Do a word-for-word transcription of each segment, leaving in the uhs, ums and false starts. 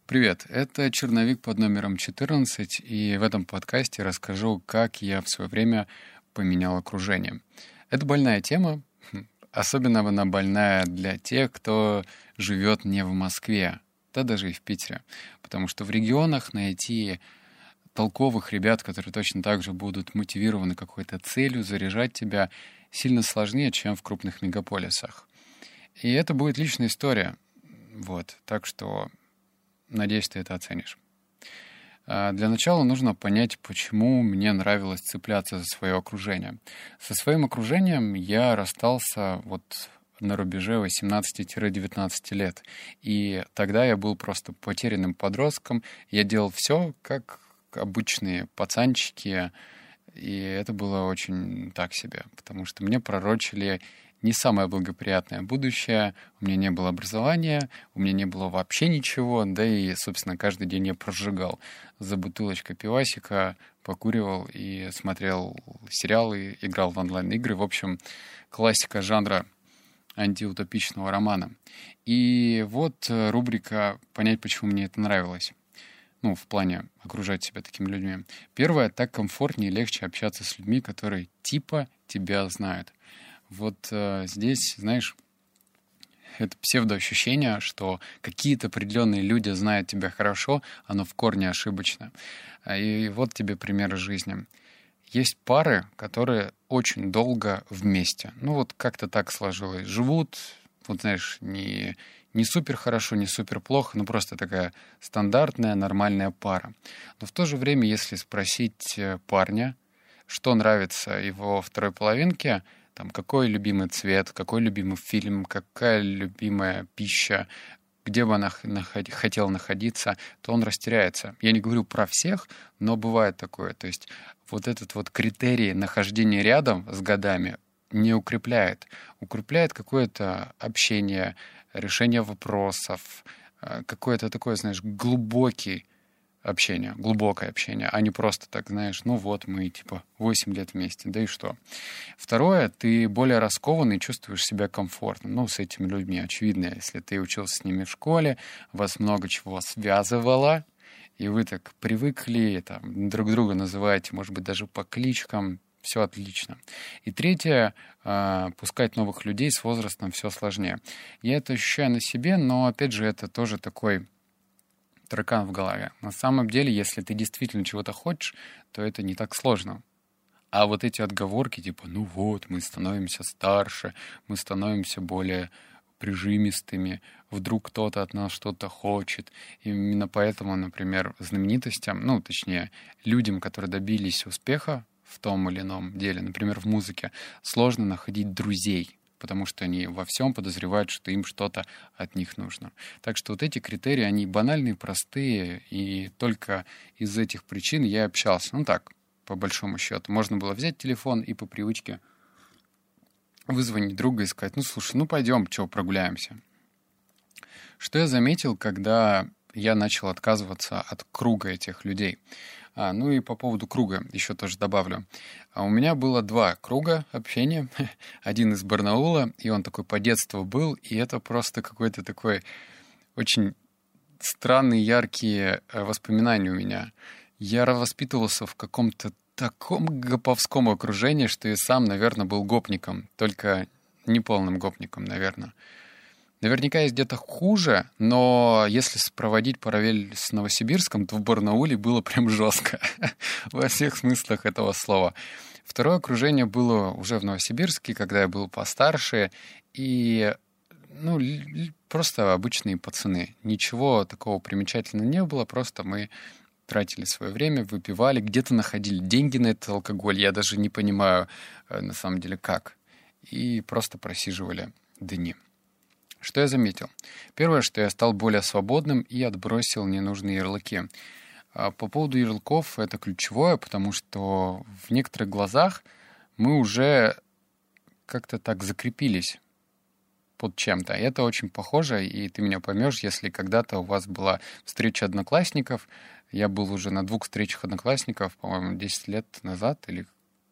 Привет, это черновик под номером четырнадцать, и в этом подкасте расскажу, как я в свое время поменял окружение. Это больная тема, хм, особенно она больная для тех, кто живет не в Москве, да даже и в Питере, потому что в регионах найти толковых ребят, которые точно так же будут мотивированы какой-то целью, заряжать тебя, сильно сложнее, чем в крупных мегаполисах. И это будет личная история, вот, так что надеюсь, ты это оценишь. А, Для начала нужно понять, почему мне нравилось цепляться за свое окружение. Со своим окружением я расстался вот на рубеже восемнадцати-девятнадцати лет. И тогда я был просто потерянным подростком. Я делал все, как обычные пацанчики. И это было очень так себе, потому что мне пророчили не самое благоприятное будущее. У меня не было образования, у меня не было вообще ничего, да и, собственно, каждый день я прожигал за бутылочкой пивасика, покуривал и смотрел сериалы, играл в онлайн-игры. В общем, классика жанра антиутопичного романа. И вот рубрика «Понять, почему мне это нравилось». Ну, в плане окружать себя такими людьми. Первое, так комфортнее и легче общаться с людьми, которые типа тебя знают. Вот э, здесь, знаешь, это псевдоощущение, что какие-то определенные люди знают тебя хорошо, оно в корне ошибочно. А, И вот тебе пример из жизни. Есть пары, которые очень долго вместе. Ну вот как-то так сложилось. Живут, вот знаешь, не, не супер хорошо, не супер плохо, но просто такая стандартная, нормальная пара. Но в то же время, если спросить э, парня, что нравится его второй половинке, там, какой любимый цвет, какой любимый фильм, какая любимая пища, где бы она х- наход- хотела находиться, то он растеряется. Я не говорю про всех, но бывает такое. То есть вот этот вот критерий нахождения рядом с годами не укрепляет. Укрепляет какое-то общение, решение вопросов, э, какое-то такое, знаешь, глубокий общение, глубокое общение, а не просто так, знаешь, ну вот мы типа восемь лет вместе, да и что. Второе, ты более раскованный, чувствуешь себя комфортно, ну, с этими людьми, очевидно, если ты учился с ними в школе, вас много чего связывало, и вы так привыкли, там, друг друга называете, может быть, даже по кличкам, все отлично. И третье, а, пускать новых людей с возрастом все сложнее. Я это ощущаю на себе, но, опять же, это тоже такой таракан в голове. На самом деле, если ты действительно чего-то хочешь, то это не так сложно. А вот эти отговорки, типа, ну вот, мы становимся старше, мы становимся более прижимистыми, вдруг кто-то от нас что-то хочет. И именно поэтому, например, знаменитостям, ну, точнее, людям, которые добились успеха в том или ином деле, например, в музыке, сложно находить друзей, потому что они во всем подозревают, что им что-то от них нужно. Так что вот эти критерии, они банальные, простые, и только из этих причин я общался. Ну так, по большому счету. Можно было взять телефон и по привычке вызвонить друга и сказать, ну, слушай, ну, пойдем, что, прогуляемся. Что я заметил, когда я начал отказываться от круга этих людей? А, ну и по поводу круга еще тоже добавлю. А у меня было два круга общения. Один из Барнаула, и он такой по детству был, и это просто какой-то такой очень странные, яркие э, воспоминания у меня. Я воспитывался в каком-то таком гоповском окружении, что и сам, наверное, был гопником, только неполным гопником, наверное. Наверняка есть где-то хуже, но если проводить параллель с Новосибирском, то в Барнауле было прям жестко во всех смыслах этого слова. Второе окружение было уже в Новосибирске, когда я был постарше, и ну, л- просто обычные пацаны. Ничего такого примечательного не было, просто мы тратили свое время, выпивали, где-то находили деньги на этот алкоголь, я даже не понимаю э, на самом деле как, и просто просиживали дни. Что я заметил? Первое, что я стал более свободным и отбросил ненужные ярлыки. А По поводу ярлыков это ключевое, потому что в некоторых глазах мы уже как-то так закрепились под чем-то. И это очень похоже, и ты меня поймешь, если когда-то у вас была встреча одноклассников. Я был уже на двух встречах одноклассников, по-моему, десять лет назад или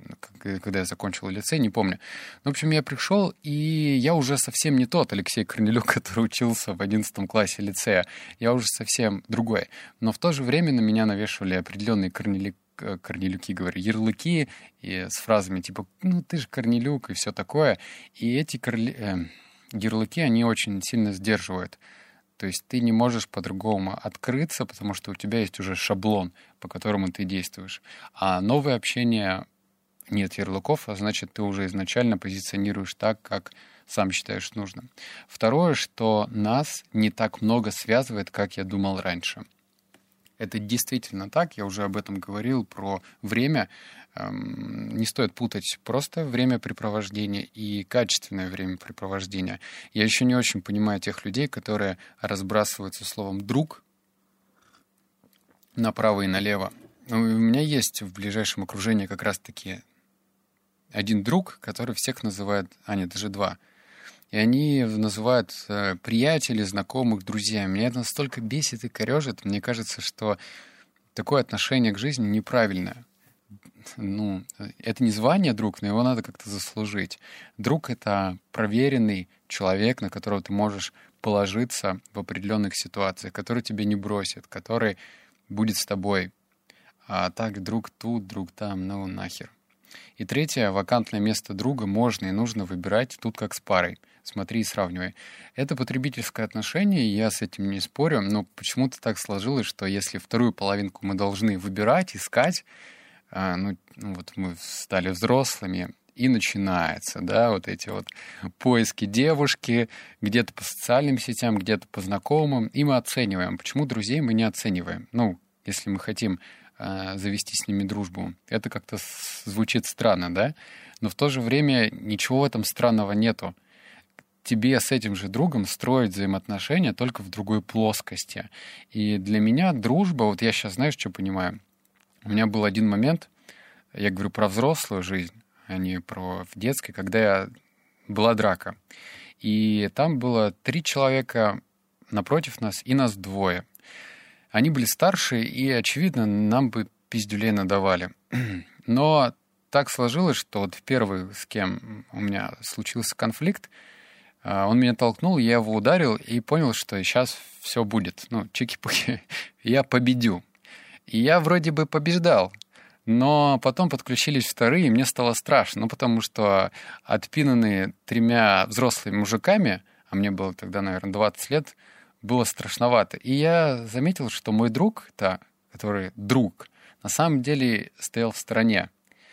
когда я закончил лицей, не помню. В общем, я пришел, и я уже совсем не тот Алексей Корнелюк, который учился в одиннадцатом классе лицея. Я уже совсем другой. Но в то же время на меня навешивали определенные Корнелюки, Корнелюки, говорю, ярлыки и с фразами типа «ну ты же Корнелюк» и все такое. И эти корли... э, ярлыки, они очень сильно сдерживают. То есть ты не можешь по-другому открыться, потому что у тебя есть уже шаблон, по которому ты действуешь. А новое общение нет ярлыков, а значит, ты уже изначально позиционируешь так, как сам считаешь нужным. Второе, что нас не так много связывает, как я думал раньше. Это действительно так, я уже об этом говорил, про время. Не стоит путать просто времяпрепровождение и качественное времяпрепровождение. Я еще не очень понимаю тех людей, которые разбрасываются словом «друг» направо и налево. У меня есть в ближайшем окружении как раз-таки один друг, который всех называет, а нет, даже два. И они называют э, приятелей, знакомых, друзьями. Меня это настолько бесит и корежит. Мне кажется, что такое отношение к жизни неправильное. Ну, это не звание друг, но его надо как-то заслужить. Друг — это проверенный человек, на которого ты можешь положиться в определенных ситуациях, который тебя не бросит, который будет с тобой. А так друг тут, друг там, ну нахер. И третье, вакантное место друга можно и нужно выбирать тут как с парой. Смотри и сравнивай. Это потребительское отношение, я с этим не спорю, но почему-то так сложилось, что если вторую половинку мы должны выбирать, искать, а, ну, ну вот мы стали взрослыми, и начинается, да, вот эти вот поиски девушки, где-то по социальным сетям, где-то по знакомым, и мы оцениваем. Почему друзей мы не оцениваем? Ну, если мы хотим завести с ними дружбу. Это как-то звучит странно, да? Но в то же время ничего в этом странного нету. Тебе с этим же другом строить взаимоотношения только в другой плоскости. И для меня дружба, вот я сейчас, знаешь, что понимаю? У меня был один момент, я говорю про взрослую жизнь, а не про в детской, когда я... была драка. И там было три человека напротив нас, и нас двое. Они были старше, и, очевидно, нам бы пиздюлей надавали. Но так сложилось, что вот первый, с кем у меня случился конфликт, он меня толкнул, я его ударил и понял, что сейчас все будет. Ну, чики-пуки, я победю. И я вроде бы побеждал. Но потом подключились вторые, и мне стало страшно. Ну, потому что отпинанные тремя взрослыми мужиками, а мне было тогда, наверное, двадцать лет, было страшновато. И я заметил, что мой друг, та, который друг, на самом деле стоял в стороне.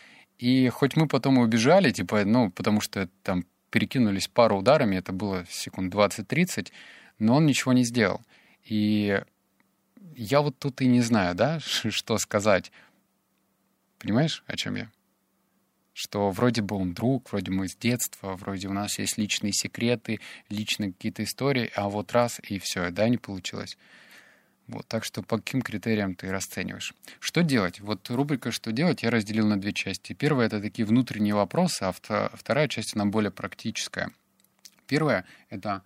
И хоть мы потом и убежали, типа, ну, потому что там перекинулись пару ударами, это было секунд двадцать-тридцать, но он ничего не сделал. И я вот тут и не знаю, да, что сказать. Понимаешь, о чем я? Что вроде бы он друг, вроде мы с детства, вроде у нас есть личные секреты, личные какие-то истории, а вот раз и все, да, не получилось. Вот, так что по каким критериям ты расцениваешь? Что делать? Вот рубрика «Что делать» я разделил на две части. Первая — это такие внутренние вопросы, а вторая часть, она более практическая. Первая — это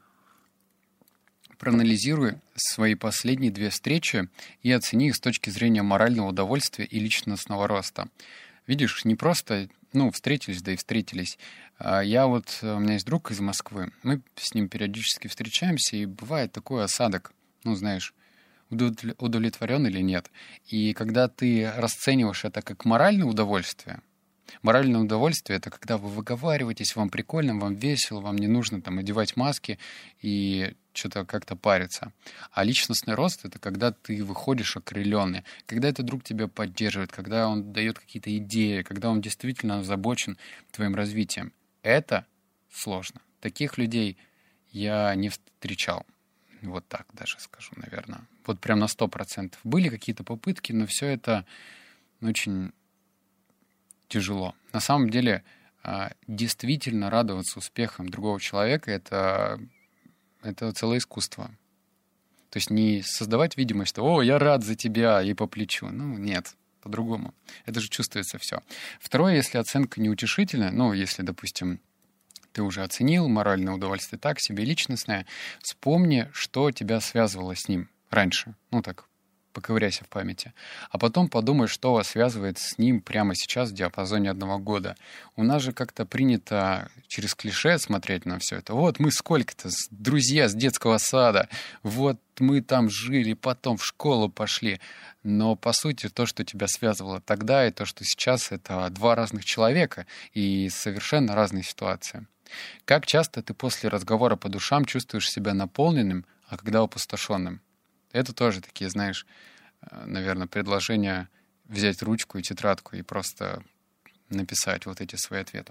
проанализируй свои последние две встречи и оцени их с точки зрения морального удовольствия и личностного роста. Видишь, не просто... Ну, встретились, да и встретились. Я вот... У меня есть друг из Москвы. Мы с ним периодически встречаемся, и бывает такой осадок. Ну, знаешь, удовлетворен или нет. И когда ты расцениваешь это как моральное удовольствие, моральное удовольствие — это когда вы выговариваетесь, вам прикольно, вам весело, вам не нужно там одевать маски и что-то как-то париться. А личностный рост — это когда ты выходишь окрыленный, когда этот друг тебя поддерживает, когда он дает какие-то идеи, когда он действительно озабочен твоим развитием. Это сложно. Таких людей я не встречал. Вот так даже скажу, наверное. Вот прям на сто процентов. Были какие-то попытки, но все это очень тяжело. На самом деле, действительно радоваться успехам другого человека — это, это целое искусство. То есть не создавать видимость, что «О, я рад за тебя» и по плечу. Ну, нет, по-другому. Это же чувствуется все. Второе, если оценка неутешительная, ну, если, допустим, ты уже оценил моральное удовольствие так себе, личностное, вспомни, что тебя связывало с ним раньше. Ну, так, поковыряйся в памяти. А потом подумай, что вас связывает с ним прямо сейчас в диапазоне одного года. У нас же как-то принято через клише смотреть на все это. Вот мы сколько-то, друзья с детского сада, вот мы там жили, потом в школу пошли. Но, по сути, то, что тебя связывало тогда, и то, что сейчас, это два разных человека и совершенно разные ситуации. Как часто ты после разговора по душам чувствуешь себя наполненным, а когда опустошенным? Это тоже такие, знаешь, наверное, предложения взять ручку и тетрадку и просто написать вот эти свои ответы.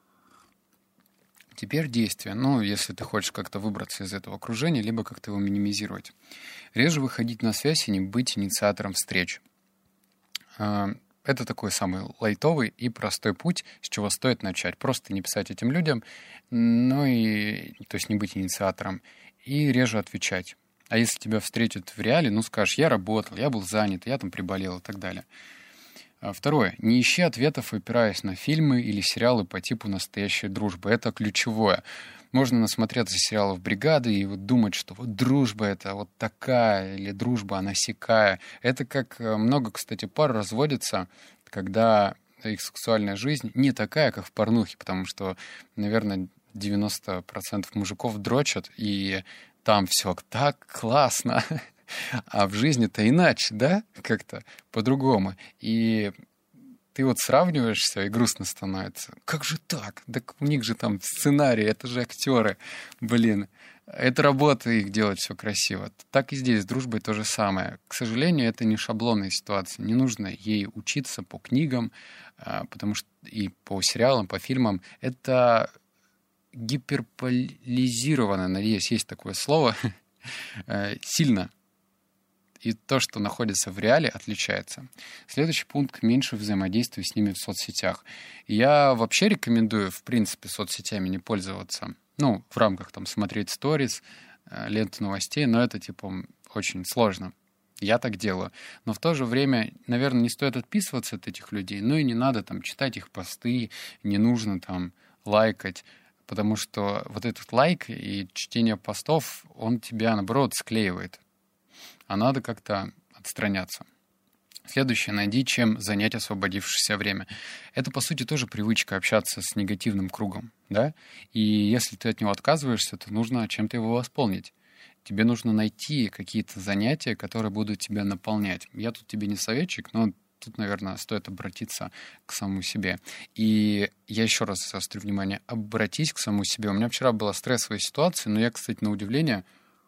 Теперь действия. Ну, если ты хочешь как-то выбраться из этого окружения, либо как-то его минимизировать. Реже выходить на связь и не быть инициатором встреч. Это такой самый лайтовый и простой путь, с чего стоит начать. Просто не писать этим людям, ну и, то есть не быть инициатором, и реже отвечать. А если тебя встретят в реале, ну скажешь, я работал, я был занят, я там приболел и так далее. Второе. Не ищи ответов, опираясь на фильмы или сериалы по типу «Настоящая дружба». Это ключевое. Можно насмотреться сериалов «Бригады» и вот думать, что вот дружба это вот такая, или дружба она сякая. Это как много, кстати, пар разводится, когда их сексуальная жизнь не такая, как в порнухе, потому что, наверное, девяносто процентов мужиков дрочат, и там все так классно. А в жизни-то иначе, да? Как-то по-другому. И ты вот сравниваешься, и грустно становится. Как же так? Да у них же там сценарий, это же актеры. Блин, это работа их делать все красиво. Так и здесь с дружбой то же самое. К сожалению, это не шаблонная ситуация. Не нужно ей учиться по книгам, потому что и по сериалам, по фильмам. Это гиперполизировано, надеюсь, есть такое слово, сильно. И то, что находится в реале, отличается. Следующий пункт — меньше взаимодействия с ними в соцсетях. Я вообще рекомендую, в принципе, соцсетями не пользоваться. Ну, в рамках там смотреть сторис, ленту новостей, но это, типа, очень сложно. Я так делаю. Но в то же время, наверное, не стоит отписываться от этих людей, ну и не надо там читать их посты, не нужно там лайкать, потому что вот этот лайк и чтение постов, он тебя, наоборот, склеивает. А надо как-то отстраняться. Следующее. Найди, чем занять освободившееся время. Это, по сути, тоже привычка общаться с негативным кругом, да? И если ты от него отказываешься, то нужно чем-то его восполнить. Тебе нужно найти какие-то занятия, которые будут тебя наполнять. Я тут тебе не советчик, но тут, наверное, стоит обратиться к самому себе. И я еще раз заострю внимание. Обратись к самому себе. У меня вчера была стрессовая ситуация, но я, кстати, на удивление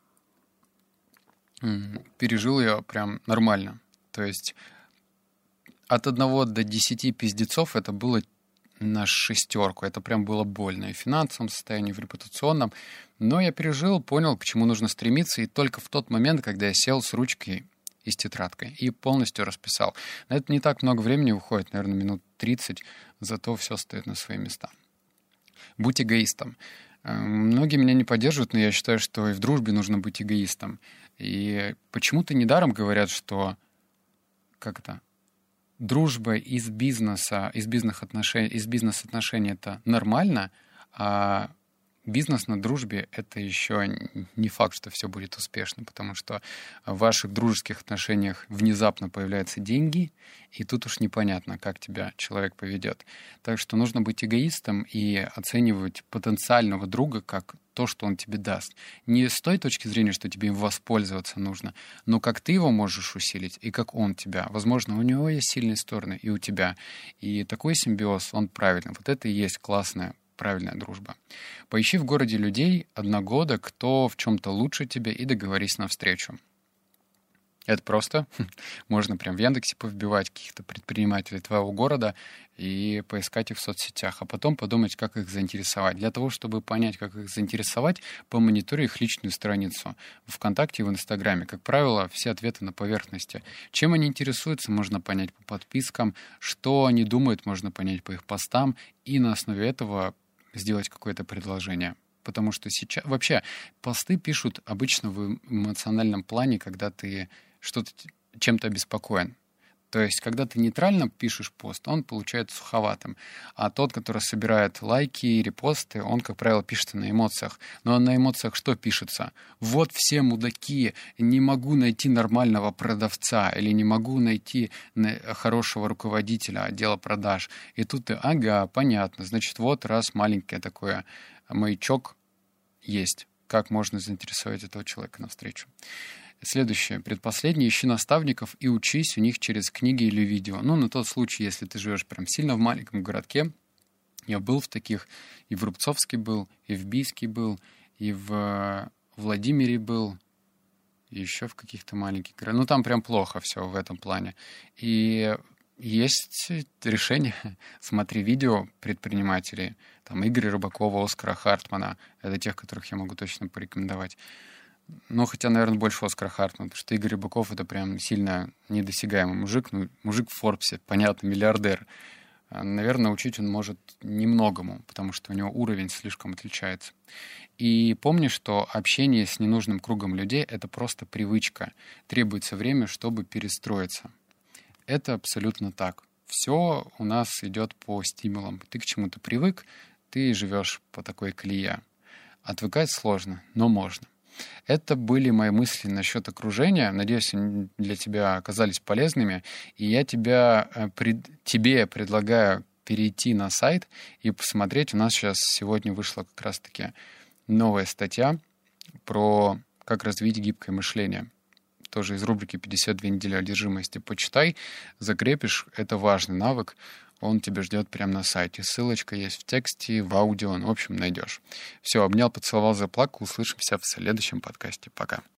пережил ее прям нормально. То есть от одного до десяти пиздецов это было на шестерку. Это прям было больно и в финансовом состоянии, и в репутационном. Но я пережил, понял, к чему нужно стремиться. И только в тот момент, когда я сел с ручкой и с тетрадкой и полностью расписал. На это не так много времени уходит, наверное, минут тридцать, зато все стоит на свои места. Будь эгоистом. Многие меня не поддерживают, но я считаю, что и в дружбе нужно быть эгоистом. И почему-то недаром говорят, что как это? Дружба из бизнеса, из бизнес-отношений, из бизнес-отношений это нормально, а бизнес на дружбе — это еще не факт, что все будет успешно, потому что в ваших дружеских отношениях внезапно появляются деньги, и тут уж непонятно, как тебя человек поведет. Так что нужно быть эгоистом и оценивать потенциального друга как то, что он тебе даст. Не с той точки зрения, что тебе им воспользоваться нужно, но как ты его можешь усилить и как он тебя. Возможно, у него есть сильные стороны и у тебя. И такой симбиоз, он правильный. Вот это и есть классная, правильная дружба. Поищи в городе людей одногодок, кто в чем-то лучше тебя, и договорись на встречу. Это просто. Можно прям в Яндексе повбивать каких-то предпринимателей твоего города и поискать их в соцсетях, а потом подумать, как их заинтересовать. Для того, чтобы понять, как их заинтересовать, помонитори их личную страницу в ВКонтакте и в Инстаграме. Как правило, все ответы на поверхности. Чем они интересуются, можно понять по подпискам. Что они думают, можно понять по их постам. И на основе этого сделать какое-то предложение. Потому что сейчас... Вообще, посты пишут обычно в эмоциональном плане, когда ты что-то чем-то обеспокоен. То есть, когда ты нейтрально пишешь пост, он получается суховатым. А тот, который собирает лайки и репосты, он, как правило, пишется на эмоциях. Но на эмоциях что пишется? Вот все мудаки, не могу найти нормального продавца или не могу найти хорошего руководителя отдела продаж. И тут ты, ага, понятно, значит, вот раз маленькое такое маячок есть. Как можно заинтересовать этого человека навстречу? Следующее, предпоследнее, ищи наставников и учись у них через книги или видео. Ну, на тот случай, если ты живешь прям сильно в маленьком городке. Я был в таких, и в Рубцовске был, и в Бийске был, и в Владимире был, и еще в каких-то маленьких городах. Ну, там прям плохо все в этом плане. И есть решение. Смотри видео предпринимателей. Там Игоря Рыбакова, Оскара Хартмана. Это тех, которых я могу точно порекомендовать. Ну, хотя, наверное, больше Оскара Хартмана, потому что Игорь Рыбаков — это прям сильно недосягаемый мужик. Ну, мужик в Форбсе, понятно, миллиардер. Наверное, учить он может немногому, потому что у него уровень слишком отличается. И помни, что общение с ненужным кругом людей — это просто привычка. Требуется время, чтобы перестроиться. Это абсолютно так. Все у нас идет по стимулам. Ты к чему-то привык, ты живешь по такой колее. Отвыкать сложно, но можно. Это были мои мысли насчет окружения. Надеюсь, они для тебя оказались полезными. И я тебя, пред, тебе предлагаю перейти на сайт и посмотреть. У нас сейчас сегодня вышла как раз-таки новая статья про как развить гибкое мышление. Тоже из рубрики «пятьдесят две недели одержимости». Почитай, закрепишь. Это важный навык. Он тебя ждет прямо на сайте. Ссылочка есть в тексте, в аудио. Ну, в общем, найдешь. Все, обнял, поцеловал, заплакал. Услышимся в следующем подкасте. Пока.